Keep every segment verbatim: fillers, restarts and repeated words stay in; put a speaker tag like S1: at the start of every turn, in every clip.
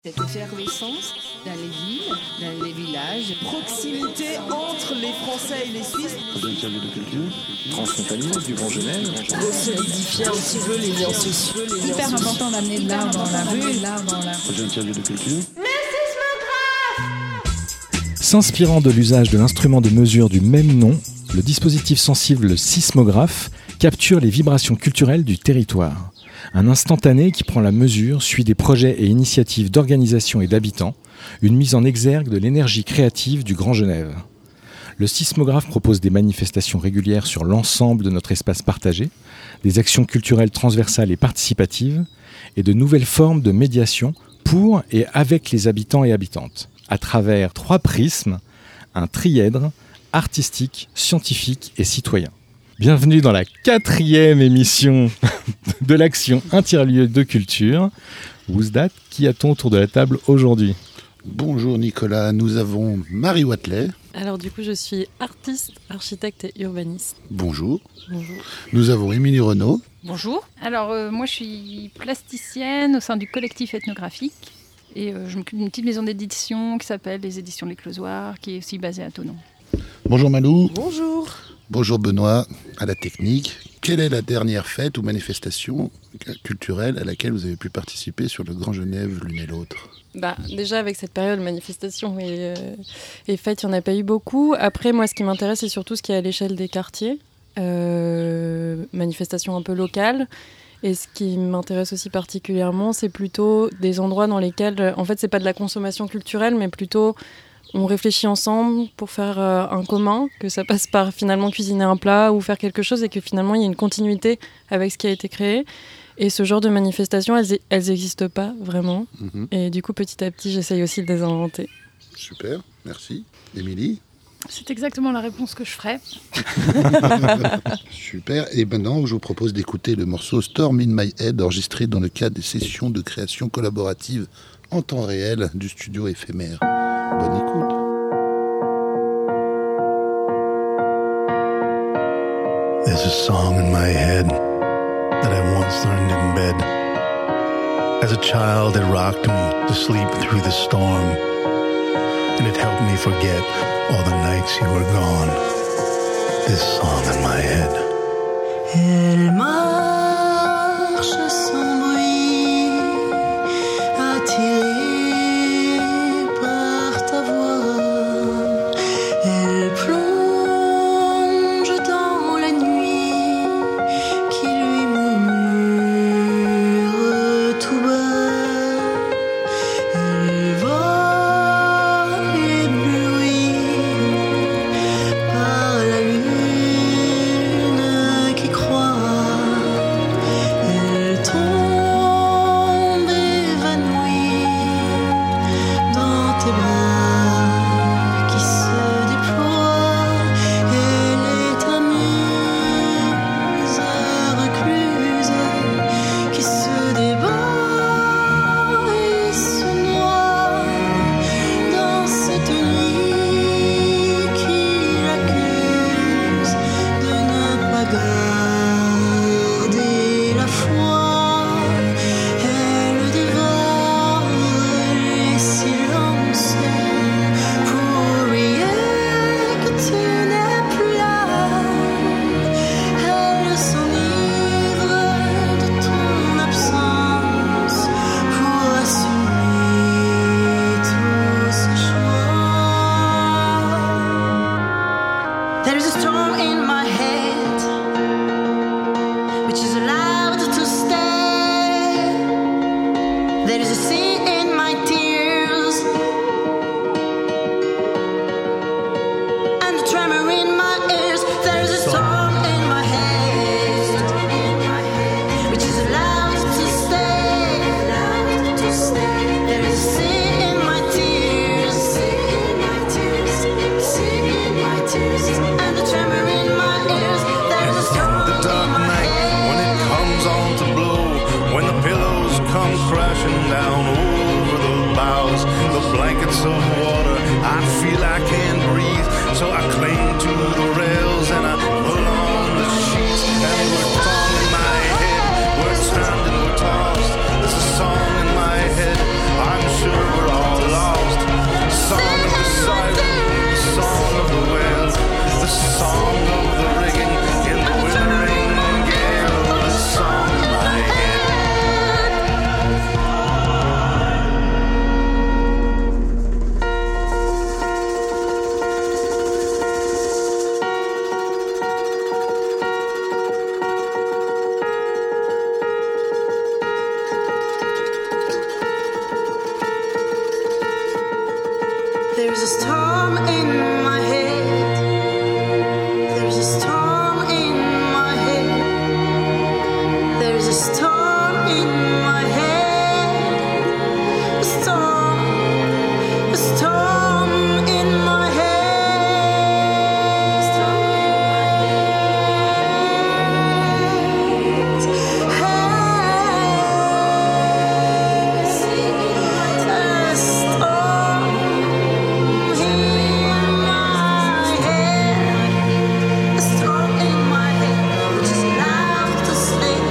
S1: Cette effervescence dans les villes, dans les villages, proximité entre les Français et les Suisses.
S2: Interview de culture, transfrontalier du Grand Genève.
S1: On solidifier un petit peu les liens sociaux, les liens
S3: hyper
S1: sociaux.
S3: important d'amener de l'art dans la rue, l'art dans la.
S2: Interview de culture.
S4: S'inspirant de l'usage de l'instrument de mesure du même nom, le dispositif sensible sismographe capture les vibrations culturelles du territoire. Un instantané qui prend la mesure suit des projets et initiatives d'organisation et d'habitants, une mise en exergue de l'énergie créative du Grand Genève. Le sismographe propose des manifestations régulières sur l'ensemble de notre espace partagé, des actions culturelles transversales et participatives, et de nouvelles formes de médiation pour et avec les habitants et habitantes, à travers trois prismes, un trièdre artistique, scientifique et citoyen. Bienvenue dans la quatrième émission de l'action Interlieu de culture. Wouzdat, qui a-t-on autour de la table aujourd'hui ?
S5: Bonjour Nicolas, nous avons Marie Watley.
S6: Alors du coup je suis artiste, architecte et urbaniste.
S5: Bonjour.
S6: Bonjour.
S5: Nous avons Émilie Renaud.
S7: Bonjour. Alors euh, moi je suis plasticienne au sein du collectif ethnographique et euh, je m'occupe d'une petite maison d'édition qui s'appelle les Éditions L'Éclosoir, qui est aussi basée à Thonon.
S5: Bonjour Malou.
S6: Bonjour.
S5: Bonjour Benoît, à la technique. Quelle est la dernière fête ou manifestation culturelle à laquelle vous avez pu participer sur le Grand Genève l'une et l'autre ?
S6: Bah, déjà avec cette période, manifestation et, euh, et fête, il n'y en a pas eu beaucoup. Après, moi ce qui m'intéresse, c'est surtout ce qui est à l'échelle des quartiers. Euh, manifestation un peu locale. Et ce qui m'intéresse aussi particulièrement, c'est plutôt des endroits dans lesquels, en fait, c'est pas de la consommation culturelle, mais plutôt on réfléchit ensemble pour faire euh, un commun, que ça passe par finalement cuisiner un plat ou faire quelque chose et que finalement il y a une continuité avec ce qui a été créé. Et ce genre de manifestations, elles, elles n'existent pas vraiment. Mmh. Et du coup, petit à petit, j'essaye aussi de les inventer.
S5: Super, merci. Émilie ?
S7: C'est exactement la réponse que je ferais.
S5: Super. Et maintenant, je vous propose d'écouter le morceau Storm in My Head, enregistré dans le cadre des sessions de création collaborative en temps réel du studio éphémère. Bonne écoute.
S8: There's a song in my head that I once learned in bed. As a child, it rocked me to sleep through the storm, and it helped me forget all the nights you were gone. This song in my head.
S9: Elle marche sans bruit, attirée par ta voix. Elle plonge dans la nuit qui lui murmure tout bas. Elle vole éblouie par la lune qui croît. Elle tombe évanouie dans tes bras qui se déploient. Elle est amuse, recluse, qui se débat et se noie dans cette nuit qui l'accuse de ne pas garder la foi. Elle dévore les silences pour rien que tu n'es plus là. Elle s'enivre de ton absence pour assumer tous ses choix. There is a storm in my head, which is allowed to stay. There is a sea in my tears, and a tremor in my ears. There is a storm in my head, which is allowed to stay. There is a sea in my tears, and a tremor in my ears. There is a storm
S8: The
S9: in
S8: dark
S9: my
S8: night, when it
S9: head.
S8: comes on to blow, when the pillows come crashing down over the bows, the blankets of water, I feel I can't breathe, so I cling to the rails and I pull on the sheets, and we're torn in my head, we're turned and we're tossed. There's a song in my head, I'm sure
S9: There's a storm in my head. There's a storm in my head. There's a storm in my head. A storm, a storm in my head. Storm in my head. See a storm in my head. A storm in my head, which is loud to sleep.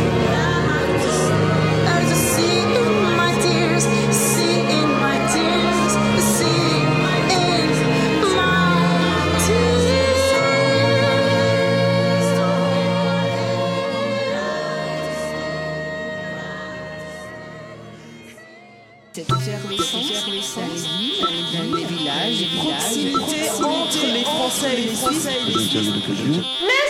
S9: There's a sea in my tears, sea in my tears, a sea in my tears.
S1: Cette effervescence dans les villes, dans les villages, proximité entre les Français et les Suisses.
S2: Interview de culture.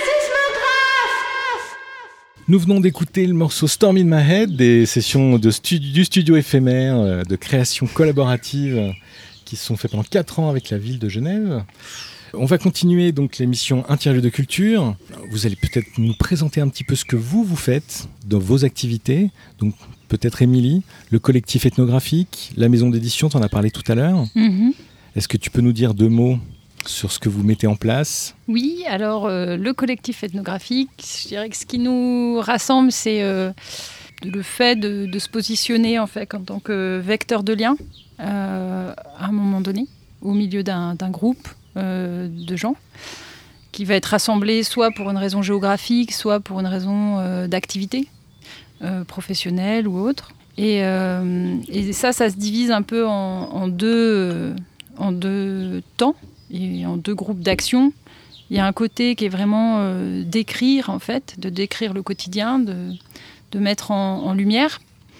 S4: Nous venons d'écouter le morceau Storm in My Head, des sessions de stu- du studio éphémère euh, de création collaborative euh, qui se sont faites pendant quatre ans avec la ville de Genève. On va continuer donc l'émission Interview de culture. Vous allez peut-être nous présenter un petit peu ce que vous, vous faites dans vos activités. Donc peut-être Émilie, le collectif ethnographique, la maison d'édition, tu en as parlé tout à l'heure.
S7: Mhm.
S4: Est-ce que tu peux nous dire deux mots sur ce que vous mettez en place ?
S7: Oui, alors euh, le collectif ethnographique, je dirais que ce qui nous rassemble, c'est euh, le fait de, de se positionner en fait en tant que vecteur de lien euh, à un moment donné, au milieu d'un, d'un groupe euh, de gens qui va être rassemblé soit pour une raison géographique, soit pour une raison euh, d'activité euh, professionnelle ou autre. Et, euh, et ça, ça se divise un peu en, en, deux, euh, en deux temps et en deux groupes d'action. Il y a un côté qui est vraiment euh, d'écrire, en fait, de décrire le quotidien, de, de mettre en, en lumière.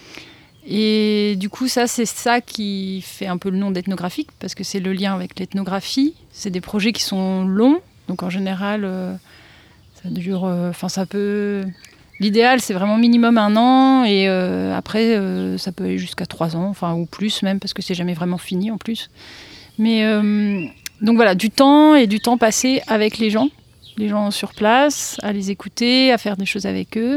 S7: Et du coup, ça, c'est ça qui fait un peu le nom d'ethnographique, parce que c'est le lien avec l'ethnographie. C'est des projets qui sont longs, donc en général, euh, ça dure... Enfin, euh, ça peut... L'idéal, c'est vraiment minimum un an, et euh, après, euh, ça peut aller jusqu'à trois ans, enfin, ou plus même, parce que c'est jamais vraiment fini, en plus. Mais... Euh, Donc voilà, du temps et du temps passé avec les gens, les gens sur place, à les écouter, à faire des choses avec eux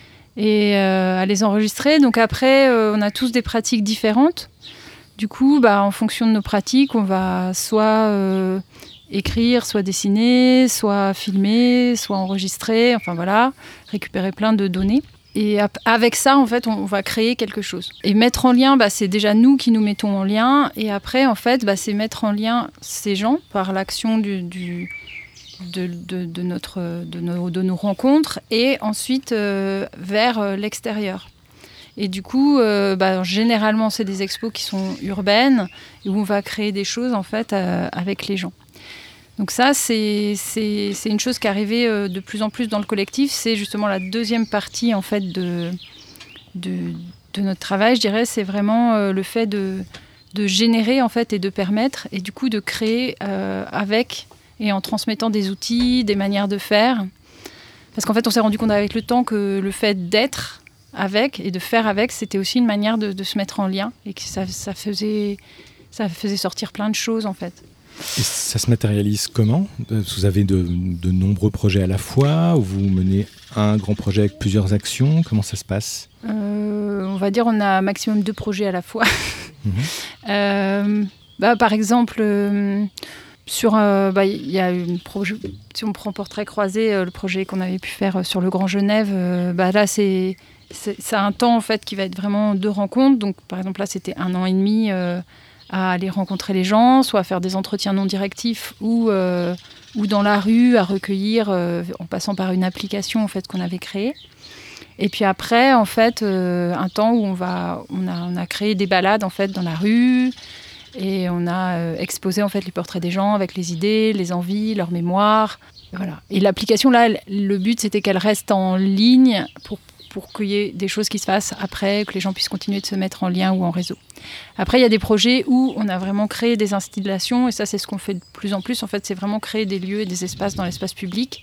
S7: et euh, à les enregistrer. Donc après, euh, on a tous des pratiques différentes. Du coup, bah, en fonction de nos pratiques, on va soit euh, écrire, soit dessiner, soit filmer, soit enregistrer, enfin voilà, récupérer plein de données. Et avec ça, en fait, on va créer quelque chose. Et mettre en lien, bah, c'est déjà nous qui nous mettons en lien. Et après, en fait, bah, c'est mettre en lien ces gens par l'action du, du, de, de, de, notre, de, nos, de nos rencontres et ensuite euh, vers euh, l'extérieur. Et du coup, euh, bah, généralement, c'est des expos qui sont urbaines où on va créer des choses, en fait, euh, avec les gens. Donc ça, c'est, c'est, c'est une chose qui est arrivée euh, de plus en plus dans le collectif. C'est justement la deuxième partie en fait, de, de, de notre travail, je dirais. C'est vraiment euh, le fait de, de générer en fait, et de permettre, et du coup de créer euh, avec et en transmettant des outils, des manières de faire. Parce qu'en fait, on s'est rendu compte avec le temps que le fait d'être avec et de faire avec, c'était aussi une manière de, de se mettre en lien et que ça, ça, faisait, ça faisait sortir plein de choses en fait.
S4: Et ça se matérialise comment ? Vous avez de, de nombreux projets à la fois ou vous menez un grand projet avec plusieurs actions ? Comment ça se passe ?
S7: euh, On va dire on a un maximum deux projets à la fois. Mmh. euh, bah, par exemple, euh, sur, euh, bah, y a une projet, si on prend Portrait croisé, euh, le projet qu'on avait pu faire sur le Grand Genève, euh, bah, là c'est, c'est, c'est un temps en fait, qui va être vraiment deux rencontres. Donc par exemple là c'était un an et demi euh, à aller rencontrer les gens, soit à faire des entretiens non directifs ou, euh, ou dans la rue, à recueillir euh, en passant par une application en fait, qu'on avait créée. Et puis après, en fait, euh, un temps où on, va, on, a, on a créé des balades en fait, dans la rue et on a euh, exposé en fait, les portraits des gens avec les idées, les envies, leurs mémoires. Voilà. Et l'application, là, le but, c'était qu'elle reste en ligne pour pour qu'il y ait des choses qui se fassent après, que les gens puissent continuer de se mettre en lien ou en réseau. Après, il y a des projets où on a vraiment créé des installations, et ça, c'est ce qu'on fait de plus en plus. En fait, c'est vraiment créer des lieux et des espaces dans l'espace public,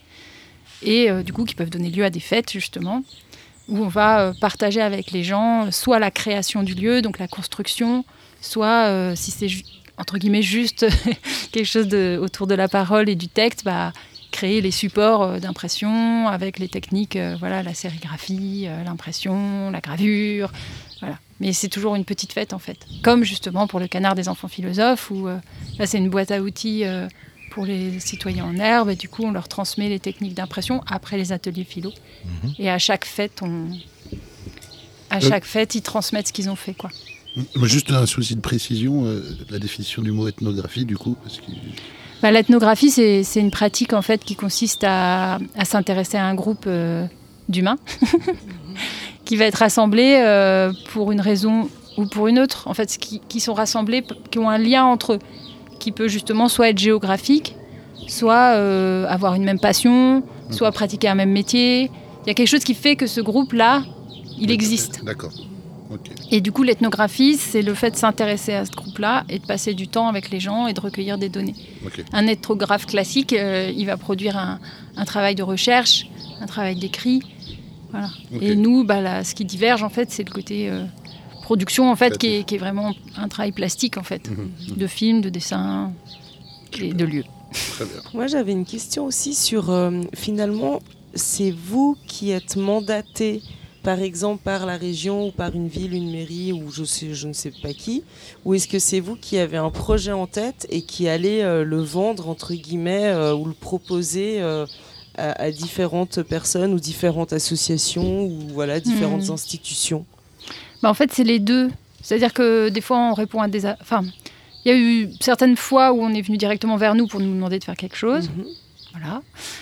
S7: et euh, du coup, qui peuvent donner lieu à des fêtes, justement, où on va euh, partager avec les gens soit la création du lieu, donc la construction, soit, euh, si c'est ju- entre guillemets, juste quelque chose de, autour de la parole et du texte, bah, créer les supports d'impression avec les techniques, euh, voilà, la sérigraphie, euh, l'impression, la gravure, voilà. Mais c'est toujours une petite fête en fait. Comme justement pour le Canard des enfants philosophes, où euh, là c'est une boîte à outils euh, pour les citoyens en herbe, et du coup on leur transmet les techniques d'impression après les ateliers philo. Mmh. Et à chaque fête, on... à chaque euh... fête, ils transmettent ce qu'ils ont fait, quoi.
S5: Juste un souci de précision, euh, la définition du mot ethnographie, du coup, parce que...
S7: Bah, l'ethnographie, c'est, c'est une pratique en fait qui consiste à, à s'intéresser à un groupe euh, d'humains qui va être rassemblé euh, pour une raison ou pour une autre. En fait, qui, qui sont rassemblés, qui ont un lien entre eux, qui peut justement soit être géographique, soit euh, avoir une même passion, soit pratiquer un même métier. Il y a quelque chose qui fait que ce groupe-là, il existe.
S5: D'accord. Okay.
S7: Et du coup, l'ethnographie, c'est le fait de s'intéresser à ce groupe-là et de passer du temps avec les gens et de recueillir des données.
S5: Okay.
S7: Un ethnographe classique, euh, il va produire un, un travail de recherche, un travail d'écrit. Voilà. Okay. Et nous, bah, là, ce qui diverge, en fait, c'est le côté euh, production, en fait, qui est, qui est vraiment un travail plastique, en fait, mmh. de film, de dessin et de lieu.
S5: Très bien.
S10: Moi, j'avais une question aussi sur, euh, finalement, c'est vous qui êtes mandaté par exemple par la région ou par une ville, une mairie ou je, sais, je ne sais pas qui, ou est-ce que c'est vous qui avez un projet en tête et qui allez euh, le vendre entre guillemets euh, ou le proposer euh, à, à différentes personnes ou différentes associations ou voilà, différentes mmh. institutions?
S7: Bah, en fait, c'est les deux. C'est-à-dire que des fois, on répond à des... A... Enfin, il y a eu certaines fois où on est venu directement vers nous pour nous demander de faire quelque chose. Mmh. Voilà.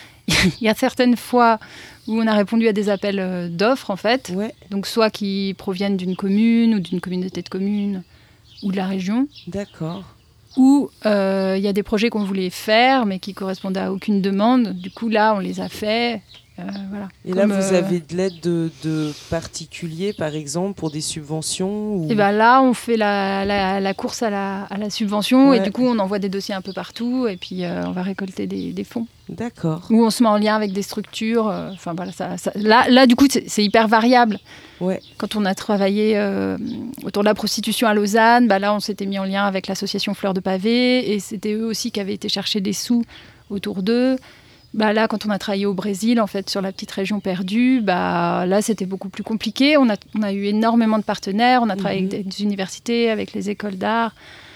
S7: Il y a certaines fois où on a répondu à des appels d'offres, en fait.
S10: Ouais.
S7: Donc, soit qui proviennent d'une commune ou d'une communauté de communes ou de la région.
S10: D'accord.
S7: Ou il euh, y a des projets qu'on voulait faire, mais qui ne correspondaient à aucune demande. Du coup, là, on les a faits. Euh, voilà.
S10: Et
S7: Comme,
S10: là, vous
S7: euh...
S10: avez de l'aide de, de particuliers, par exemple, pour des subventions ou...
S7: Et ben là, on fait la, la, la course à la, à la subvention. Ouais. Et du coup, on envoie des dossiers un peu partout. Et puis, euh, on va récolter des, des fonds.
S10: D'accord.
S7: Ou on se met en lien avec des structures. Enfin, euh, voilà, ça, ça, là, là, du coup, c'est, c'est hyper variable.
S10: Ouais.
S7: Quand on a travaillé euh, autour de la prostitution à Lausanne, bah là, on s'était mis en lien avec l'association Fleurs de Pavé. Et c'était eux aussi qui avaient été chercher des sous autour d'eux. Bah là, quand on a travaillé au Brésil, en fait, sur la petite région perdue, bah là, c'était beaucoup plus compliqué. On a, on a eu énormément de partenaires. On a travaillé mmh. avec des universités, avec les écoles d'art,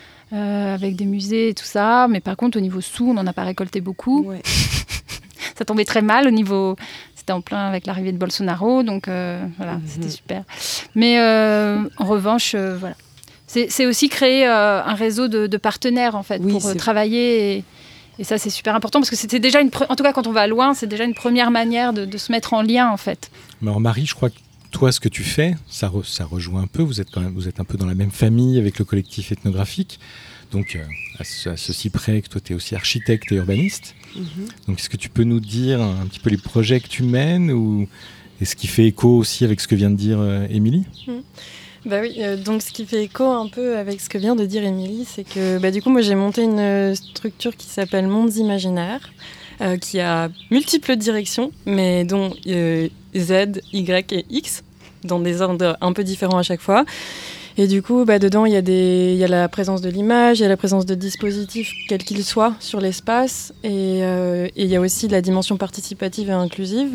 S7: euh, avec des musées et tout ça. Mais par contre, au niveau sous, on n'en a pas récolté beaucoup.
S10: Ouais.
S7: Ça tombait très mal au niveau... C'était en plein avec l'arrivée de Bolsonaro, donc euh, voilà, mmh. c'était super. Mais euh, en revanche, euh, voilà. C'est, c'est aussi créer euh, un réseau de, de partenaires, en fait, oui, pour euh, travailler... Et, Et ça, c'est super important parce que c'était déjà une... Pre... En tout cas, quand on va loin, c'est déjà une première manière de, de se mettre en lien, en fait.
S4: Mais alors, Marie, je crois que toi, ce que tu fais, ça, re... ça rejoint un peu. Vous êtes quand même, vous êtes un peu dans la même famille avec le collectif ethnographique. Donc, euh, à, ce, à ceci près que toi, tu es aussi architecte et urbaniste. Mm-hmm. Donc, est-ce que tu peux nous dire un petit peu les projets que tu mènes ou est-ce qui fait écho aussi avec ce que vient de dire euh, Émilie ?
S6: mm. Bah oui, euh, donc ce qui fait écho un peu avec ce que vient de dire Émilie, c'est que bah, du coup moi j'ai monté une structure qui s'appelle Mondes Imaginaires, euh, qui a multiples directions, mais dont euh, Z, Y et X, dans des ordres un peu différents à chaque fois. Et du coup, bah, dedans, il y a des, il y a la présence de l'image, il y a la présence de dispositifs, quels qu'ils soient, sur l'espace, et, euh, et il y a aussi la dimension participative et inclusive.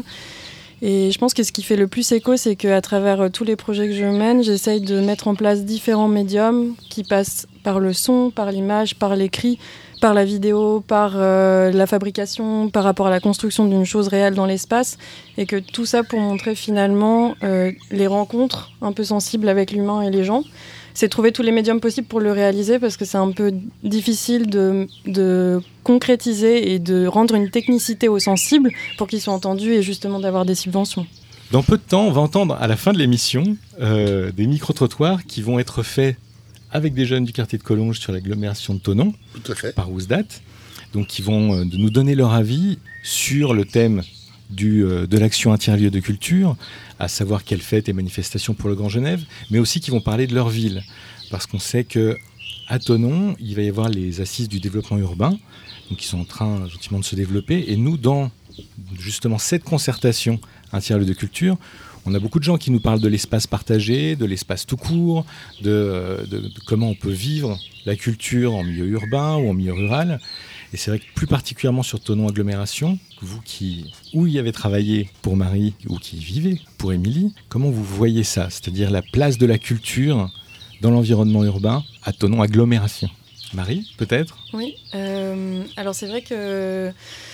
S6: Et je pense que ce qui fait le plus écho, c'est qu'à travers tous les projets que je mène, j'essaye de mettre en place différents médiums qui passent par le son, par l'image, par l'écrit, par la vidéo, par euh, la fabrication, par rapport à la construction d'une chose réelle dans l'espace. Et que tout ça pour montrer finalement euh, les rencontres un peu sensibles avec l'humain et les gens. C'est trouver tous les médiums possibles pour le réaliser parce que c'est un peu difficile de, de concrétiser et de rendre une technicité aux sensibles pour qu'ils soient entendus et justement d'avoir des subventions.
S4: Dans peu de temps, on va entendre à la fin de l'émission euh, des micro-trottoirs qui vont être faits avec des jeunes du quartier de Collonges sur l'agglomération de Thonon,
S5: Tout à fait.
S4: par Ousdat, donc qui vont euh, nous donner leur avis sur le thème Du, euh, de l'action interlieu de culture, à savoir quelles fêtes et manifestations pour le Grand Genève, mais aussi qui vont parler de leur ville. Parce qu'on sait qu'à Thonon, il va y avoir les assises du développement urbain, donc qui sont en train gentiment de se développer. Et nous, dans justement cette concertation interlieu de culture, On a beaucoup de gens qui nous parlent de l'espace partagé, de l'espace tout court, de, de, de comment on peut vivre la culture en milieu urbain ou en milieu rural. Et c'est vrai que plus particulièrement sur Thonon Agglomération, vous qui ou y avez travaillé pour Marie ou qui y vivez pour Émilie, comment vous voyez ça ? C'est-à-dire la place de la culture dans l'environnement urbain à Thonon Agglomération. Marie, peut-être ?
S6: Oui, euh, alors c'est vrai que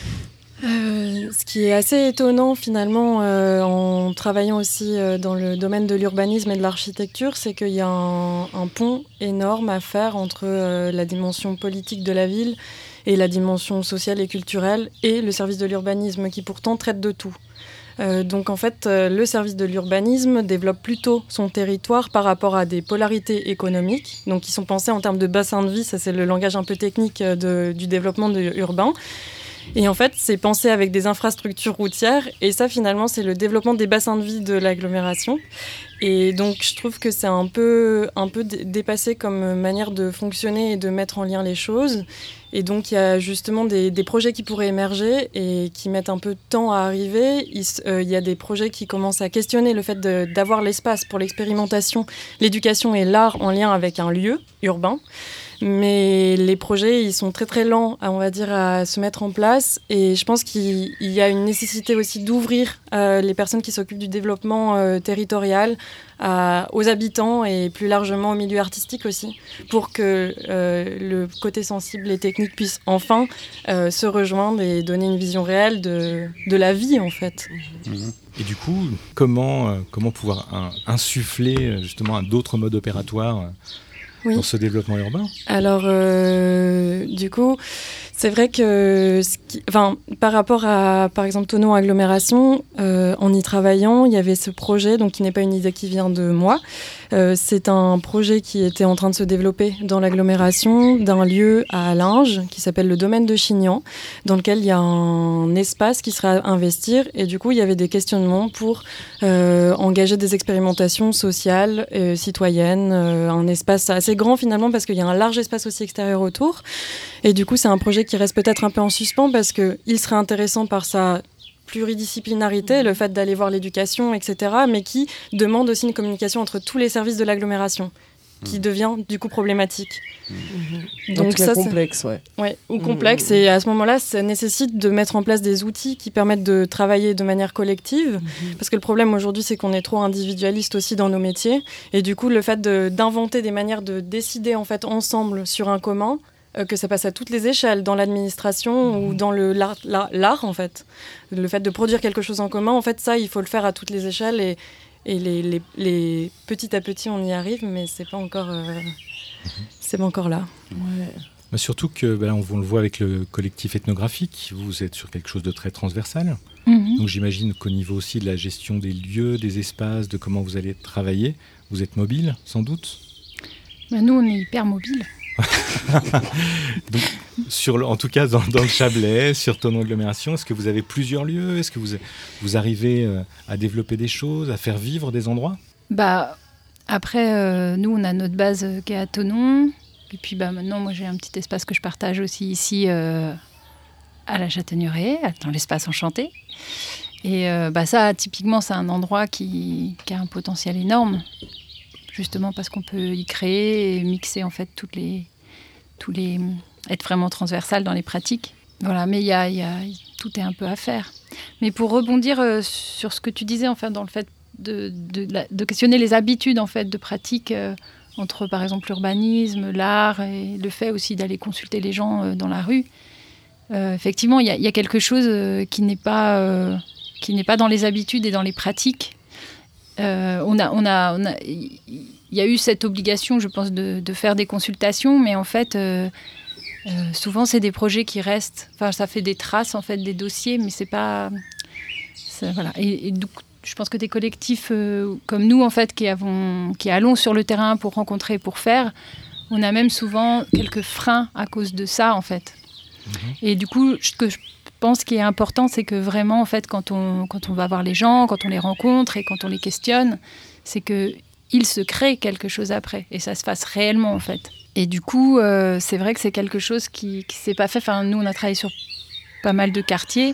S6: euh, ce qui est assez étonnant finalement euh, en travaillant aussi euh, dans le domaine de l'urbanisme et de l'architecture, c'est qu'il y a un, un pont énorme à faire entre euh, la dimension politique de la ville et la dimension sociale et culturelle et le service de l'urbanisme qui pourtant traite de tout. Euh, donc en fait, euh, le service de l'urbanisme développe plutôt son territoire par rapport à des polarités économiques, donc qui sont pensées en termes de bassin de vie, ça c'est le langage un peu technique de, du développement de, urbain. Et en fait, c'est pensé avec des infrastructures routières, et ça finalement c'est le développement des bassins de vie de l'agglomération. Et donc je trouve que c'est un peu, un peu d- dépassé comme manière de fonctionner et de mettre en lien les choses. Et donc il y a justement des, des projets qui pourraient émerger et qui mettent un peu de temps à arriver. Il euh, y a des projets qui commencent à questionner le fait de, d'avoir l'espace pour l'expérimentation, l'éducation et l'art en lien avec un lieu urbain. Mais les projets, ils sont très très lents, on va dire, à se mettre en place. Et je pense qu'il y a une nécessité aussi d'ouvrir euh, les personnes qui s'occupent du développement euh, territorial à, aux habitants et plus largement au milieu artistique aussi, pour que euh, le côté sensible et technique puisse enfin euh, se rejoindre et donner une vision réelle de, de la vie, en fait.
S4: Et du coup, comment, euh, comment pouvoir un, insuffler justement d'autres modes opératoires
S6: Oui.
S4: dans ce développement urbain ?
S6: Alors, euh, du coup, c'est vrai que, ce qui, enfin, par rapport à, par exemple, Thonon Agglomération, euh, en y travaillant, il y avait ce projet, donc qui n'est pas une idée qui vient de moi. Euh, c'est un projet qui était en train de se développer dans l'agglomération d'un lieu à Linge qui s'appelle le domaine de Chignan, dans lequel il y a un espace qui sera à investir. Et du coup, il y avait des questionnements pour euh, engager des expérimentations sociales, euh, citoyennes, euh, un espace assez grand finalement parce qu'il y a un large espace aussi extérieur autour. Et du coup, c'est un projet qui reste peut-être un peu en suspens parce qu'il serait intéressant par sa pluridisciplinarité, le fait d'aller voir l'éducation, et cetera, mais qui demande aussi une communication entre tous les services de l'agglomération, qui mmh. devient du coup problématique.
S10: Mmh. Donc ça, complexe, ouais.
S6: Ouais, ou complexe, mmh. et à ce moment-là, ça nécessite de mettre en place des outils qui permettent de travailler de manière collective, mmh. parce que le problème aujourd'hui, c'est qu'on est trop individualiste aussi dans nos métiers, et du coup, le fait de, d'inventer des manières de décider en fait ensemble sur un commun, Euh, que ça passe à toutes les échelles, dans l'administration mmh. ou dans le, l'art, l'art, en fait. Le fait de produire quelque chose en commun, en fait, ça, il faut le faire à toutes les échelles et, et les, les, les, petit à petit, on y arrive, mais c'est pas encore, euh, mmh. c'est pas encore là.
S10: Ouais.
S4: Bah surtout que, bah là, on, on le voit avec le collectif ethnographique, vous êtes sur quelque chose de très transversal. Mmh. Donc j'imagine qu'au niveau aussi de la gestion des lieux, des espaces, de comment vous allez travailler, vous êtes mobile, sans doute ?
S7: Bah nous, on est hyper mobile.
S4: Donc, sur le, en tout cas dans, dans le Chablais, sur Thonon Agglomération, est-ce que vous avez plusieurs lieux ? Est-ce que vous, vous arrivez euh, à développer des choses, à faire vivre des endroits ?
S7: Bah, après, euh, nous, on a notre base euh, qui est à Thonon. Et puis bah, maintenant, moi, j'ai un petit espace que je partage aussi ici euh, à la Châtaigneraie, dans l'espace enchanté. Et euh, bah, ça, typiquement, c'est un endroit qui, qui a un potentiel énorme. Justement parce qu'on peut y créer et mixer en fait toutes les, tous les, être vraiment transversal dans les pratiques. Voilà, mais il y a, y a, tout est un peu à faire. Mais pour rebondir euh, sur ce que tu disais, enfin dans le fait de, de, de questionner les habitudes en fait de pratique euh, entre par exemple l'urbanisme, l'art et le fait aussi d'aller consulter les gens euh, dans la rue. Euh, effectivement, il y, y a quelque chose euh, qui n'est pas euh, qui n'est pas dans les habitudes et dans les pratiques. Euh, on a, on a, on a, il y a eu cette obligation, je pense, de, de faire des consultations, mais en fait, euh, euh, souvent c'est des projets qui restent. Enfin, ça fait des traces en fait, des dossiers, mais c'est pas, c'est, voilà. Et, et donc, je pense que des collectifs euh, comme nous, en fait, qui avons, qui allons sur le terrain pour rencontrer, pour faire, on a même souvent quelques freins à cause de ça, en fait. Mmh. Et du coup, ce que je Je pense qu'il est important, c'est que vraiment, en fait, quand on, quand on va voir les gens, quand on les rencontre et quand on les questionne, c'est qu'ils se créent quelque chose après et ça se fasse réellement, en fait. Et du coup, euh, c'est vrai que c'est quelque chose qui ne s'est pas fait. Enfin, nous, on a travaillé sur pas mal de quartiers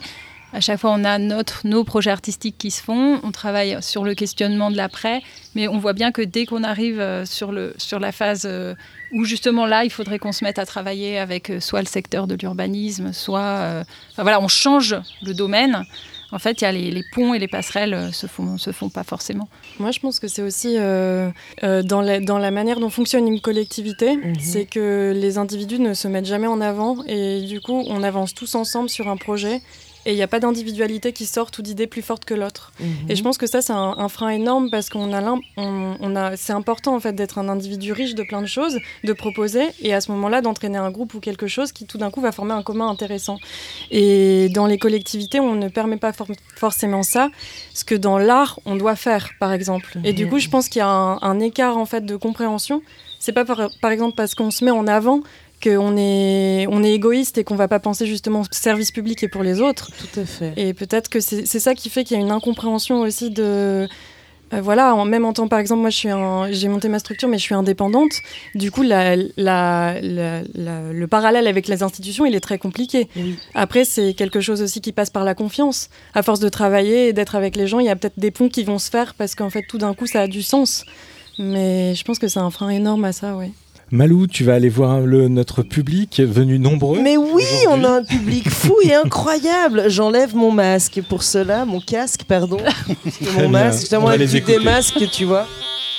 S7: À chaque fois, on a notre, nos projets artistiques qui se font. On travaille sur le questionnement de l'après. Mais on voit bien que dès qu'on arrive sur, le, sur la phase où justement là, il faudrait qu'on se mette à travailler avec soit le secteur de l'urbanisme, soit... Euh, enfin voilà, on change le domaine. En fait, il y a les, les ponts et les passerelles se font, se font pas forcément.
S6: Moi, je pense que c'est aussi euh, euh, dans, la, dans la manière dont fonctionne une collectivité, mmh. c'est que les individus ne se mettent jamais en avant et du coup, on avance tous ensemble sur un projet. Et il n'y a pas d'individualité qui sorte ou d'idée plus forte que l'autre. Mmh. Et je pense que ça, c'est un, un frein énorme parce qu'on a, on, on a, c'est important en fait d'être un individu riche de plein de choses, de proposer, et à ce moment-là, d'entraîner un groupe ou quelque chose qui tout d'un coup va former un commun intéressant. Et dans les collectivités, on ne permet pas for- forcément ça, ce que dans l'art, on doit faire, par exemple. Mmh. Et du coup, je pense qu'il y a un, un écart en fait de compréhension. C'est pas par, par exemple parce qu'on se met en avant qu'on est, on est égoïste et qu'on ne va pas penser justement au service public et pour les autres.
S10: Tout à fait.
S6: Et peut-être que c'est, c'est ça qui fait qu'il y a une incompréhension aussi de... Euh, voilà, en, même en temps, par exemple, moi je suis un, j'ai monté ma structure mais je suis indépendante. Du coup, la, la, la, la, le parallèle avec les institutions, il est très compliqué. Oui. Après, c'est quelque chose aussi qui passe par la confiance. À force de travailler et d'être avec les gens, il y a peut-être des ponts qui vont se faire parce qu'en fait, tout d'un coup, ça a du sens. Mais je pense que c'est un frein énorme à ça, oui.
S4: Malou, tu vas aller voir le, notre public venu nombreux.
S10: Mais oui, on a un public fou et incroyable. J'enlève mon masque pour cela, mon casque, pardon. Mon masque, justement, avec des masques, tu vois.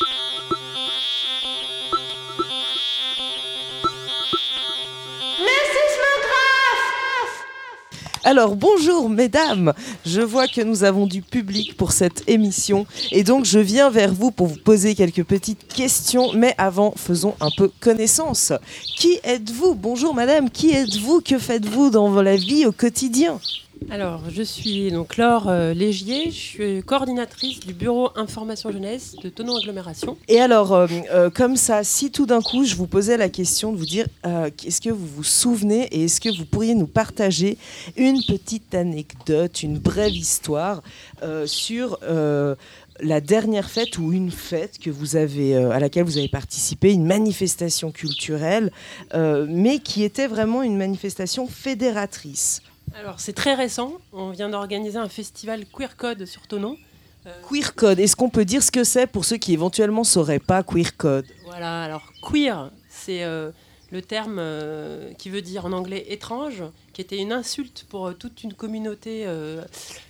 S10: Alors bonjour mesdames, je vois que nous avons du public pour cette émission et donc je viens vers vous pour vous poser quelques petites questions, mais avant faisons un peu connaissance. Qui êtes-vous ? Bonjour madame, qui êtes-vous ? Que faites-vous dans la vie au quotidien ?
S11: Alors, je suis donc Laure euh, Légier, je suis coordinatrice du bureau information jeunesse de Thonon Agglomération.
S10: Et alors, euh, euh, comme ça, si tout d'un coup je vous posais la question de vous dire euh, est-ce que vous vous souvenez et est-ce que vous pourriez nous partager une petite anecdote, une brève histoire euh, sur euh, la dernière fête ou une fête que vous avez, euh, à laquelle vous avez participé, une manifestation culturelle, euh, mais qui était vraiment une manifestation fédératrice.
S11: Alors, c'est très récent. On vient d'organiser un festival Queer Code sur Thonon.
S10: Euh, Queer Code, est-ce qu'on peut dire ce que c'est pour ceux qui éventuellement ne sauraient pas Queer Code ?
S11: Voilà, alors queer, c'est euh, le terme euh, qui veut dire en anglais étrange, qui était une insulte pour euh, toute une communauté euh,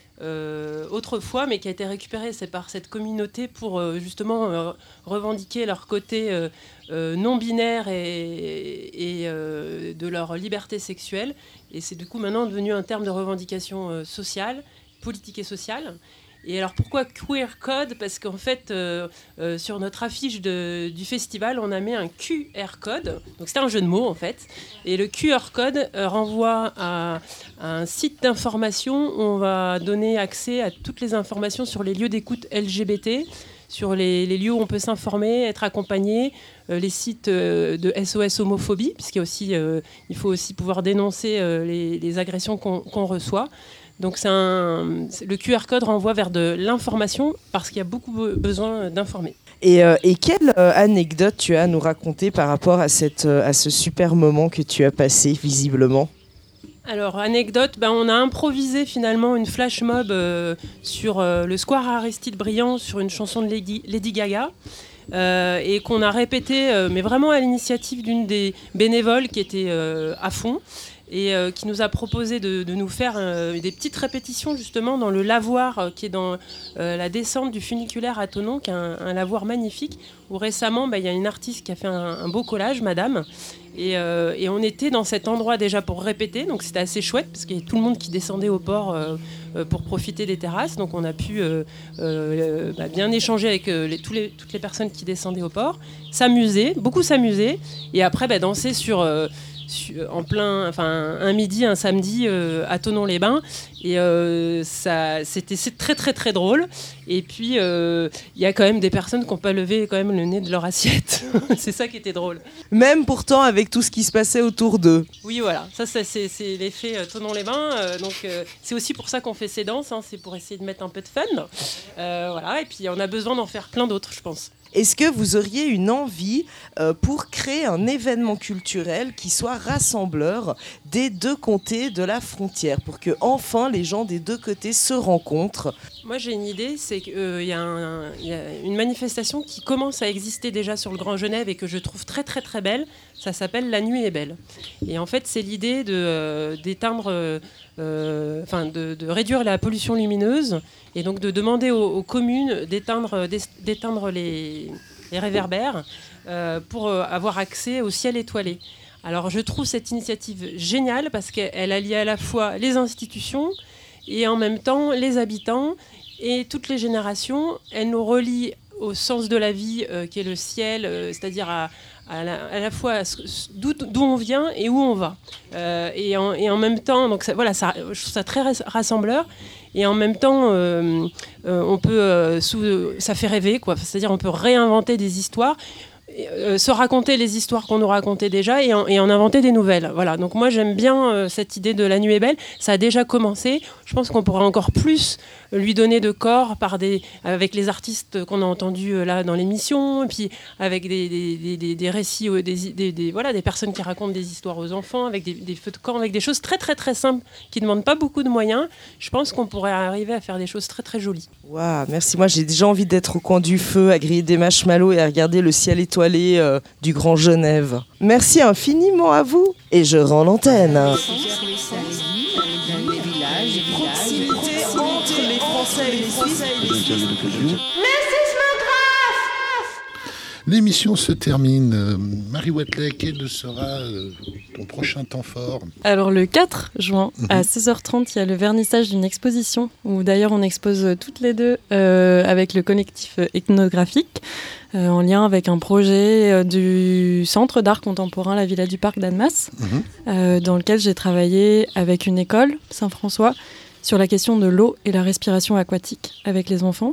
S11: euh, autrefois, mais qui a été récupérée c'est par cette communauté pour euh, justement euh, revendiquer leur côté euh, euh, non-binaire et, et euh, de leur liberté sexuelle. Et c'est du coup maintenant devenu un terme de revendication euh, sociale, politique et sociale. Et alors pourquoi Queer Code ? Parce qu'en fait, euh, euh, sur notre affiche de, du festival, on a mis un Q R code. Donc c'était un jeu de mots en fait. Et le Q R code euh, renvoie à, à un site d'information où on va donner accès à toutes les informations sur les lieux d'écoute L G B T, sur les, les lieux où on peut s'informer, être accompagné, euh, les sites euh, de S O S homophobie, puisqu'il y a aussi, euh, il faut aussi pouvoir dénoncer euh, les, les agressions qu'on, qu'on reçoit. Donc c'est un, c'est, le Q R code renvoie vers de l'information parce qu'il y a beaucoup besoin d'informer.
S10: Et, euh, et quelle euh, anecdote tu as à nous raconter par rapport à, cette, euh, à ce super moment que tu as passé visiblement ?
S11: Alors, anecdote, ben, on a improvisé finalement une flash mob euh, sur euh, le square Aristide Briand sur une chanson de Lady, Lady Gaga. Euh, et qu'on a répété, euh, mais vraiment à l'initiative d'une des bénévoles qui était euh, à fond et euh, qui nous a proposé de, de nous faire euh, des petites répétitions justement dans le lavoir euh, qui est dans euh, la descente du funiculaire à Thonon, qui est un, un lavoir magnifique, où récemment, bah, y a une artiste qui a fait un, un beau collage, madame, et, euh, et on était dans cet endroit déjà pour répéter, donc c'était assez chouette, parce qu'il y avait tout le monde qui descendait au port euh, euh, pour profiter des terrasses, donc on a pu euh, euh, bah, bien échanger avec euh, les, tous les, toutes les personnes qui descendaient au port, s'amuser, beaucoup s'amuser, et après bah, danser sur... Euh, en plein, enfin un midi, un samedi euh, à Thonon-les-Bains, et euh, ça, c'était c'est très très très drôle. Et puis il euh, y a quand même des personnes qui n'ont pas levé quand même le nez de leur assiette. C'est ça qui était drôle.
S10: Même pourtant avec tout ce qui se passait autour d'eux.
S11: Oui, voilà, ça, ça c'est, c'est l'effet euh, Thonon-les-Bains. Euh, donc euh, c'est aussi pour ça qu'on fait ces danses, hein, c'est pour essayer de mettre un peu de fun. Euh, voilà, et puis on a besoin d'en faire plein d'autres, je pense.
S10: Est-ce que vous auriez une envie euh, pour créer un événement culturel qui soit rassembleur des deux côtés de la frontière, pour que enfin les gens des deux côtés se rencontrent?
S11: Moi, j'ai une idée, c'est qu'il euh, y, y a une manifestation qui commence à exister déjà sur le Grand Genève et que je trouve très très très belle. Ça s'appelle La Nuit est belle. Et en fait, c'est l'idée de, euh, d'éteindre, euh, euh, enfin, de, de réduire la pollution lumineuse et donc de demander aux, aux communes d'éteindre, d'éteindre les, les réverbères euh, pour euh, avoir accès au ciel étoilé. Alors, je trouve cette initiative géniale parce qu'elle allie à la fois les institutions et en même temps les habitants et toutes les générations. Elle nous relie au sens de la vie euh, qui est le ciel, euh, c'est-à-dire à, à, la, à la fois d'où, d'où on vient et où on va. Euh, et, en, et en même temps, donc ça, voilà, ça, je trouve ça très rassembleur. Et en même temps, euh, euh, on peut, euh, sous, ça fait rêver, quoi. C'est-à-dire on peut réinventer des histoires. Euh, se raconter les histoires qu'on nous racontait déjà et en, et en inventer des nouvelles. Voilà. Donc moi j'aime bien euh, cette idée de La Nuit est belle. Ça a déjà commencé. Je pense qu'on pourrait encore plus lui donner de corps par des, avec les artistes qu'on a entendus euh, là dans l'émission, et puis avec des, des, des, des récits, euh, des, des, des, voilà, des personnes qui racontent des histoires aux enfants, avec des, des feux de camp, avec des choses très très très simples qui ne demandent pas beaucoup de moyens. Je pense qu'on pourrait arriver à faire des choses très très jolies.
S10: Waouh, merci. Moi j'ai déjà envie d'être au coin du feu, à griller des marshmallows et à regarder le ciel étoilé euh, du Grand Genève. Merci infiniment à vous et je rends l'antenne.
S1: Les villages, proximité entre les Français et les Suisses.
S5: L'émission se termine. Euh, Marie Watley, quel sera euh, ton prochain temps fort?
S6: Alors le quatre juin,
S5: Mhm.
S6: à seize heures trente, il y a le vernissage d'une exposition où d'ailleurs on expose toutes les deux euh, avec le collectif ethnographique euh, en lien avec un projet euh, du Centre d'art contemporain La Villa du Parc d'Annemasse,
S5: Mhm.
S6: euh, dans lequel j'ai travaillé avec une école, Saint-François, sur la question de l'eau et la respiration aquatique avec les enfants.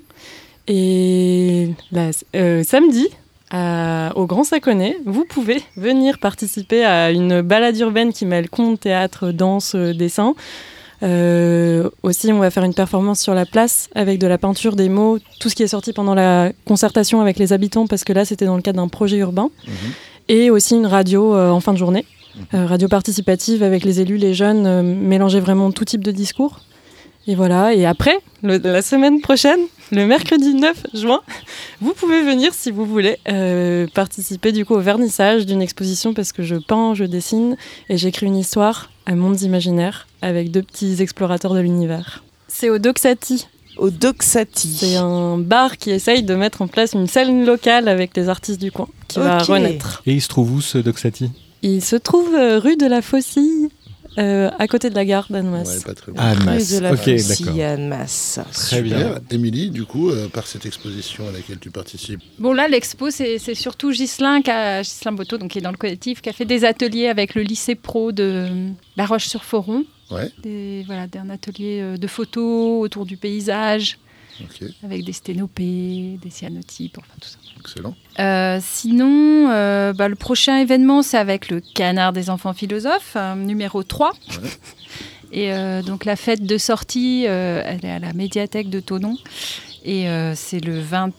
S6: Et là, euh, samedi, à- au Grand Saconnet, vous pouvez venir participer à une balade urbaine qui mêle conte, théâtre, danse, euh, dessin. Euh, aussi, on va faire une performance sur la place avec de la peinture, des mots, tout ce qui est sorti pendant la concertation avec les habitants, parce que là, c'était dans le cadre d'un projet urbain.
S5: Mhm.
S6: Et aussi une radio euh, en fin de journée, euh, radio participative avec les élus, les jeunes, euh, mélanger vraiment tout type de discours. Et voilà, et après, le- la semaine prochaine, le mercredi neuf juin, vous pouvez venir si vous voulez euh, participer du coup au vernissage d'une exposition parce que je peins, je dessine et j'écris une histoire à mondes imaginaires avec deux petits explorateurs de l'univers. C'est au Doxati.
S10: Au Doxati.
S6: C'est un bar qui essaye de mettre en place une scène locale avec les artistes du coin qui va
S10: Ok.
S6: renaître.
S4: Et il se trouve où ce Doxati?
S6: Il se trouve euh, rue de la Faucille, euh, à côté de la gare d'Annemasse.
S5: Ouais, pas très loin.
S4: Ah,
S10: Rue
S4: Annemasse.
S10: de la
S4: Ok,
S10: Faucille,
S4: d'accord.
S10: Annemasse.
S4: Très bien.
S5: Super. Émilie, du coup, euh, par cette exposition à laquelle tu participes,
S7: Bon, là, l'expo, c'est, c'est surtout Ghislain, qui a- Ghislain Botto, donc, qui est dans le collectif, qui a fait des ateliers avec le lycée pro de La Roche-sur-Foron.
S5: ouais,
S7: Des, voilà, un atelier euh, de photos autour du paysage,
S5: ok,
S7: avec des sténopées, des cyanotypes, enfin tout ça.
S5: excellent.
S7: Euh, sinon, euh, bah, le prochain événement, c'est avec le Canard des enfants philosophes, euh, numéro trois.
S5: Ouais.
S7: Et euh, donc la fête de sortie, euh, elle est à la médiathèque de Thonon. Et euh, c'est le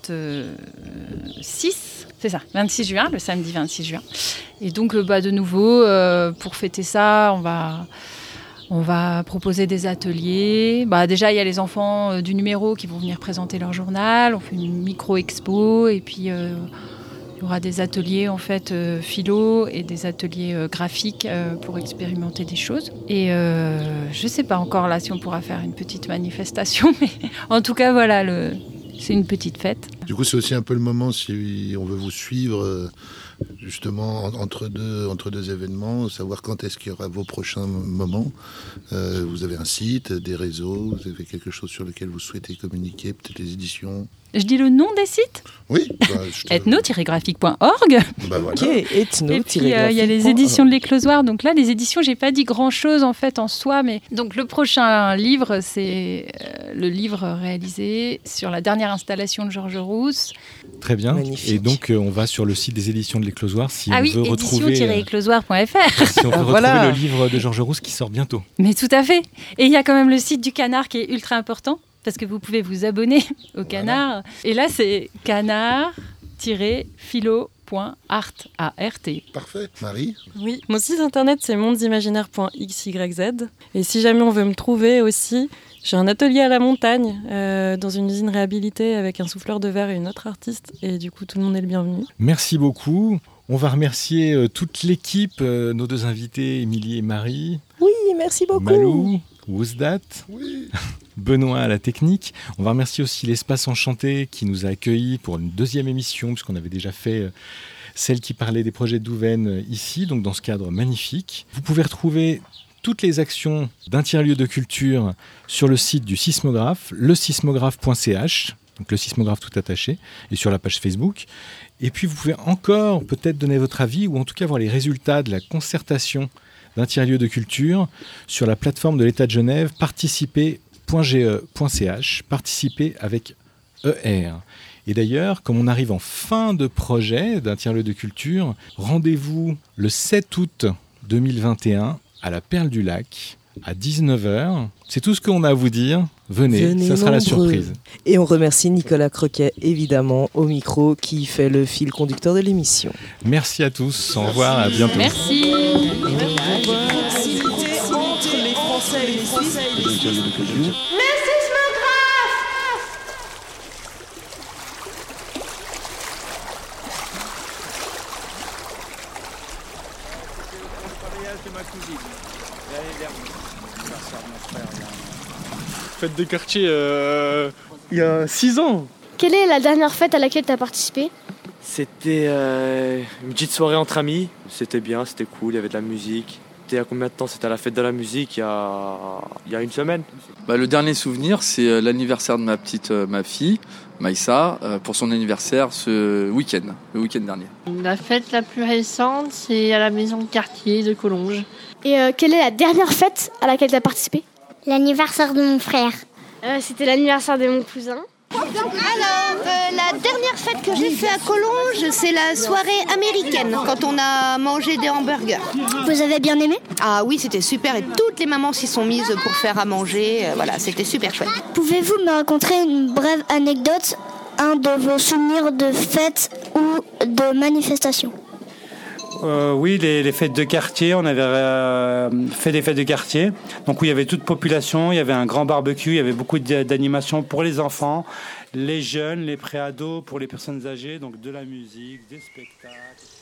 S7: vingt-six, c'est ça, vingt-six juin, le samedi vingt-six juin. Et donc, euh, bah, de nouveau, euh, pour fêter ça, on va... On va proposer des ateliers. Bah, déjà, il y a les enfants euh, du numéro qui vont venir présenter leur journal. On fait une micro-expo et puis euh, il y aura des ateliers en fait euh, philo et des ateliers euh, graphiques euh, pour expérimenter des choses. Et euh, je ne sais pas encore là si on pourra faire une petite manifestation, mais en tout cas, voilà, le... c'est une petite fête.
S5: Du coup, c'est aussi un peu le moment, si on veut vous suivre, euh, justement, en- entre deux, entre deux événements, savoir quand est-ce qu'il y aura vos prochains moments. Euh, vous avez un site, des réseaux, vous avez quelque chose sur lequel vous souhaitez communiquer, peut-être les éditions.
S7: Je dis le nom des sites,
S5: Oui, bah, je te-
S7: ethno tiret graphique point org.
S5: bah, voilà.
S10: Ok, ethno.
S7: Et puis euh, il y a les éditions de l'Éclosoir. Donc là, les éditions, j'ai pas dit grand chose en fait en soi, mais donc le prochain livre, c'est euh, le livre réalisé sur la dernière installation de Georges Rousse.
S4: Très bien.
S10: Magnifique.
S4: Et donc, euh, on va sur le site des éditions de l'Éclosoir si
S7: ah
S4: on
S7: oui,
S4: veut retrouver,
S7: édition tiret éclosoir point f r.
S4: euh, si on veut
S10: Ah,
S4: retrouver
S10: voilà.
S4: le livre de Georges Rousse qui sort bientôt.
S7: Mais tout à fait. Et il y a quand même le site du Canard qui est ultra important parce que vous pouvez vous abonner au Canard. Et là, c'est canard tiret philo point art.
S5: Parfait. Marie?
S6: Oui, mon site internet c'est mondesimaginaires point x y z. Et si jamais on veut me trouver aussi, j'ai un atelier à la montagne euh, dans une usine réhabilitée avec un souffleur de verre et une autre artiste. Et du coup, tout le monde est le bienvenu.
S4: Merci beaucoup. On va remercier euh, toute l'équipe, euh, nos deux invités, Émilie et Marie.
S10: Oui, merci beaucoup.
S4: Malou, Wouzdat,
S5: Oui.
S4: Benoît à la technique. On va remercier aussi l'Espace Enchanté qui nous a accueillis pour une deuxième émission, puisqu'on avait déjà fait euh, celle qui parlait des projets d'Ouven euh, ici, donc dans ce cadre magnifique. Vous pouvez retrouver toutes les actions d'un tiers-lieu de culture sur le site du sismographe, le sismographe point c h, donc le sismographe tout attaché, et sur la page Facebook. Et puis vous pouvez encore peut-être donner votre avis, ou en tout cas voir les résultats de la concertation d'un tiers-lieu de culture sur la plateforme de l'État de Genève, participer point g e point c h, participer avec E R. Et d'ailleurs, comme on arrive en fin de projet d'un tiers-lieu de culture, rendez-vous le sept août deux mille vingt et un à la Perle du Lac, à dix-neuf heures. C'est tout ce qu'on a à vous dire. Venez,
S10: Venez
S4: ça sera
S10: nombreux.
S4: la surprise.
S10: Et on remercie Nicolas Croquet, évidemment, au micro, qui fait le fil conducteur de l'émission.
S4: Merci à tous. Au revoir, à bientôt.
S7: Merci.
S1: Proximité entre les Français et les Suisses.
S12: Fête de quartier, euh, il y a six ans.
S13: Quelle est la dernière fête à laquelle tu as participé?
S14: C'était euh, une petite soirée entre amis. C'était bien, c'était cool, il y avait de la musique. C'était il y a combien de temps? C'était à la fête de la musique, il y a, il y a une semaine.
S15: Bah, le dernier souvenir, c'est l'anniversaire de ma petite euh, ma fille, Maïssa, euh, pour son anniversaire ce week-end, le week-end dernier.
S16: La fête la plus récente, c'est à la maison de quartier de Collonges.
S13: Et euh, quelle est la dernière fête à laquelle tu as participé?
S17: L'anniversaire de mon frère.
S13: Euh, C'était l'anniversaire de mon cousin.
S17: Alors, euh, la dernière fête que j'ai fait à Collonges, c'est la soirée américaine, quand on a mangé des hamburgers.
S13: Vous avez bien aimé?
S17: Ah oui, c'était super, et toutes les mamans s'y sont mises pour faire à manger. Euh, voilà, c'était super chouette.
S13: Pouvez-vous me raconter une brève anecdote, un de vos souvenirs de fête ou de manifestation?
S18: Euh, oui, les, les fêtes de quartier, on avait euh, fait des fêtes de quartier, donc où il y avait toute population, il y avait un grand barbecue, il y avait beaucoup d'animations pour les enfants, les jeunes, les préados, pour les personnes âgées, donc de la musique, des spectacles.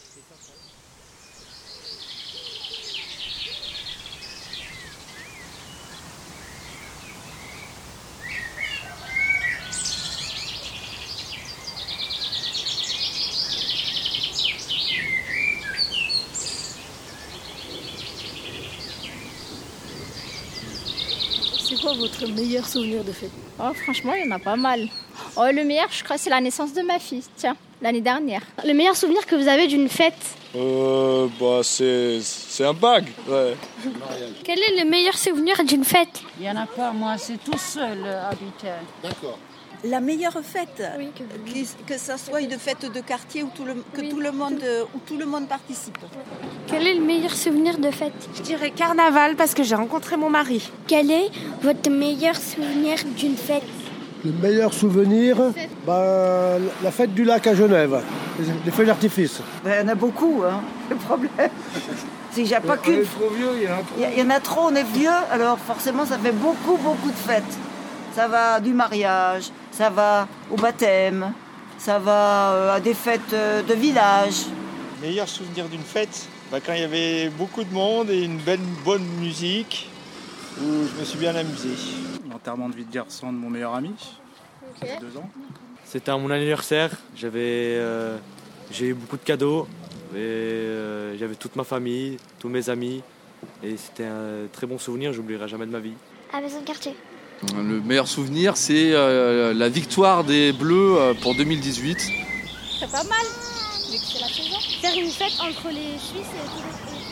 S13: C'est quoi votre meilleur souvenir de fête?
S19: Oh, franchement, il y en a pas mal. Oh, le meilleur, je crois, c'est la naissance de ma fille, tiens, l'année dernière.
S13: Le meilleur souvenir que vous avez d'une fête?
S12: Euh, bah, c'est, c'est un bague, ouais.
S13: Quel est le meilleur souvenir d'une fête?
S20: Il n'y en a pas, moi, c'est tout seul, habituel.
S5: D'accord.
S21: La meilleure fête,
S13: oui, que,
S21: que, que ça soit une fête de quartier où tout le, que oui. tout le monde, où tout le monde participe.
S13: Quel est le meilleur souvenir de fête?
S22: Je dirais carnaval parce que j'ai rencontré mon mari.
S13: Quel est votre meilleur souvenir d'une fête?
S23: Le meilleur souvenir, bah, la fête du lac à Genève, les feux d'artifice.
S21: Il y en a beaucoup, hein, le problème. Il n'y a pas qu'une.
S12: On est trop vieux, il y en a trop.
S21: Il y en a trop, on est vieux, alors forcément ça fait beaucoup, beaucoup de fêtes. Ça va du mariage, ça va au baptême, ça va à des fêtes de village.
S24: Meilleur souvenir d'une fête, bah, quand il y avait beaucoup de monde et une belle, bonne musique, où je me suis bien amusé.
S18: L'enterrement de vie de garçon de mon meilleur ami,
S13: okay.
S18: Il y a deux ans.
S14: C'était à mon anniversaire, j'avais, euh, j'ai eu beaucoup de cadeaux, et, euh, j'avais toute ma famille, tous mes amis, et c'était un très bon souvenir, j'oublierai jamais de ma vie.
S13: À Maison de quartier.
S15: Le meilleur souvenir, c'est euh, la victoire des Bleus euh, pour deux mille dix-huit.
S13: C'est pas mal, vu que c'est la saison. Faire une fête entre les Suisses et tous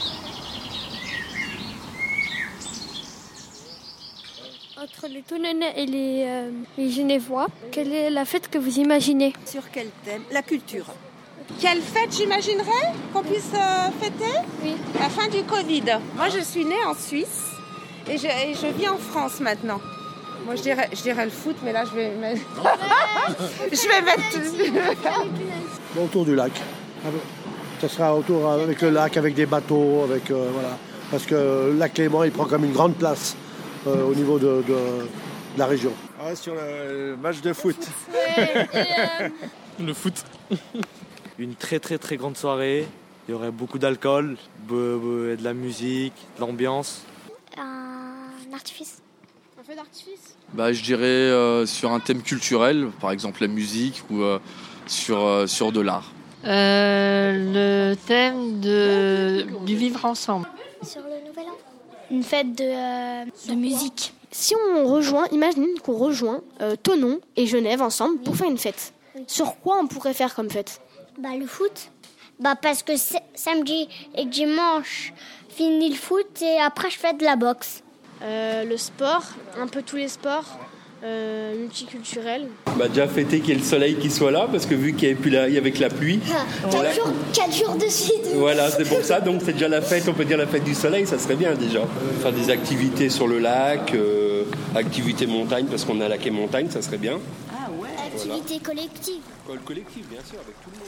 S13: les... Entre les Toulonnais et les, euh, les Genevois, quelle est la fête que vous imaginez?
S21: Sur quel thème? La culture.
S22: Quelle fête j'imaginerais qu'on puisse euh, fêter?
S13: Oui.
S22: La fin du Covid. Moi, je suis née en Suisse et je, et je vis en France maintenant. Moi je dirais, je dirais le foot, mais là je vais mettre. je vais mettre.
S23: Autour du lac. Ça sera autour avec le lac, avec des bateaux, avec euh, voilà. Parce que le lac Léman, il prend comme une grande place euh, au niveau de, de, de la région.
S24: Ah, sur le match de foot.
S16: Ouais, et, euh...
S14: Le foot. Une très très très grande soirée. Il y aurait beaucoup d'alcool, de la musique, de l'ambiance.
S13: Un artifice.
S16: Un feu d'artifice.
S15: Bah, je dirais euh, sur un thème culturel, par exemple la musique ou euh, sur, euh, sur de l'art.
S16: Euh, le thème de, du vivre ensemble.
S13: Sur le nouvel an. Une fête de, euh, de musique. Si on rejoint, imagine qu'on rejoint euh, Thonon et Genève ensemble pour faire une fête. Sur quoi on pourrait faire comme fête?
S17: Bah le foot. Bah parce que samedi et dimanche, fini le foot et après je fais de la boxe.
S16: Euh, le sport, un peu tous les sports, euh, multiculturels.
S2: Bah déjà fêter qu'il y ait le soleil qui soit là, parce que vu qu'il n'y avait plus la, avec la pluie.
S17: quatre jours, quatre jours de suite.
S2: Voilà, c'est pour ça, donc c'est déjà la fête, on peut dire la fête du soleil, ça serait bien déjà. Faire des activités sur le lac, euh, activités montagne, parce qu'on a lac et montagne, ça serait bien.
S17: Ah ouais. Activité voilà. collective.
S2: Collective, bien sûr, avec tout le monde.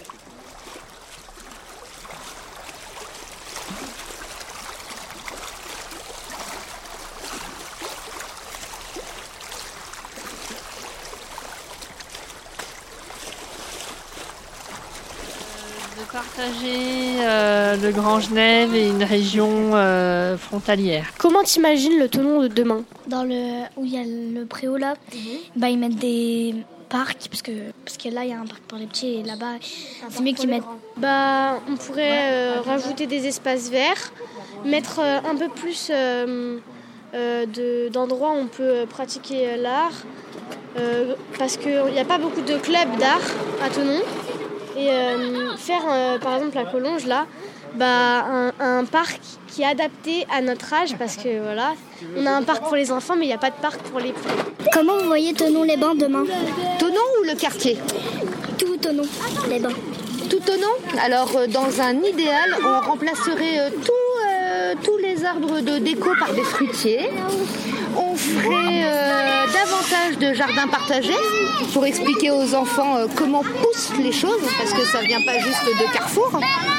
S16: De partager euh, le Grand Genève et une région euh, frontalière.
S13: Comment t'imagines le Thonon de demain?
S17: Dans le où il y a le préau là, mm-hmm. bah ils mettent des parcs parce que parce que là il y a un parc pour les petits et là-bas c'est mieux qu'ils mettent.
S16: Bah on pourrait euh, rajouter des espaces verts, mettre euh, un peu plus euh, euh, de, d'endroits où on peut pratiquer l'art euh, parce qu'il n'y a pas beaucoup de clubs d'art à Thonon. Et euh, faire euh, par exemple à Collonges là, bah, un, un parc qui est adapté à notre âge parce que voilà, on a un parc pour les enfants mais il n'y a pas de parc pour les plus.
S17: Comment vous voyez Thonon-les-Bains demain?
S3: Thonon ou le quartier?
S17: Tout Thonon, les Bains.
S3: Tout Thonon? Alors euh, dans un idéal, on remplacerait euh, tout, euh, tous les arbres de déco par des fruitiers. On ferait euh, davantage de jardins partagés pour expliquer aux enfants euh, comment poussent les choses, parce que ça ne vient pas juste de Carrefour.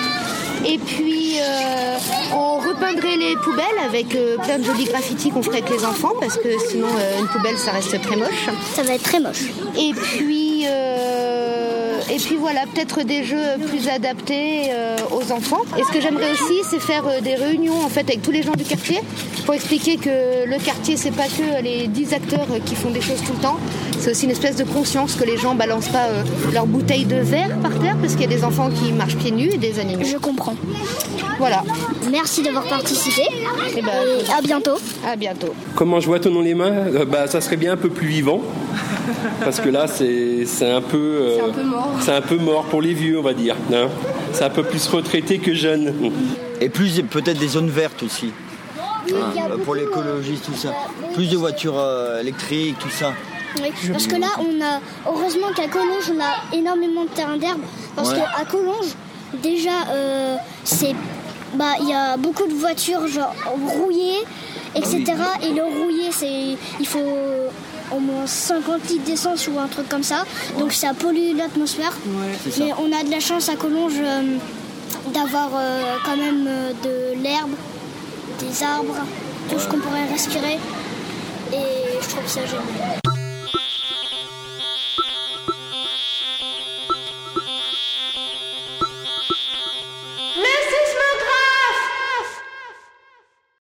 S3: Et puis, euh, on repeindrait les poubelles avec euh, plein de jolis graffitis qu'on ferait avec les enfants, parce que sinon, euh, une poubelle, ça reste très moche.
S17: Ça va être très moche.
S3: Et puis, euh, et puis voilà, peut-être des jeux plus adaptés euh, aux enfants. Et ce que j'aimerais aussi, c'est faire euh, des réunions en fait avec tous les gens du quartier pour expliquer que le quartier, c'est pas que les dix acteurs qui font des choses tout le temps. C'est aussi une espèce de conscience que les gens balancent pas euh, leurs bouteilles de verre par terre, parce qu'il y a des enfants qui marchent pieds nus et des animaux.
S17: Je comprends.
S3: Voilà.
S17: Merci d'avoir participé.
S3: Et, ben,
S17: et à bientôt.
S3: À bientôt.
S2: Comment je vois Thonon-les-Bains? euh, bah, ça serait bien un peu plus vivant. Parce que là, c'est, c'est, un peu, euh,
S3: c'est un peu mort.
S2: C'est un peu mort pour les vieux, on va dire. Hein, c'est un peu plus retraité que jeune.
S8: Et plus peut-être des zones vertes aussi. Hein, pour l'écologie, tout ça. Plus de voitures euh, électriques, tout ça.
S17: Oui, parce que là, on a, heureusement qu'à Collonges, on a énormément de terrain d'herbe. Parce ouais. qu'à Collonges, déjà, euh, c'est, bah, il y a beaucoup de voitures genre rouillées, et cetera. Et le rouillé, c'est, il faut au moins cinquante litres d'essence ou un truc comme ça. Donc ça pollue l'atmosphère. Ouais, mais on a de la chance à Collonges euh, d'avoir euh, quand même euh, de l'herbe, des arbres, tout ce qu'on pourrait respirer. Et je trouve ça génial.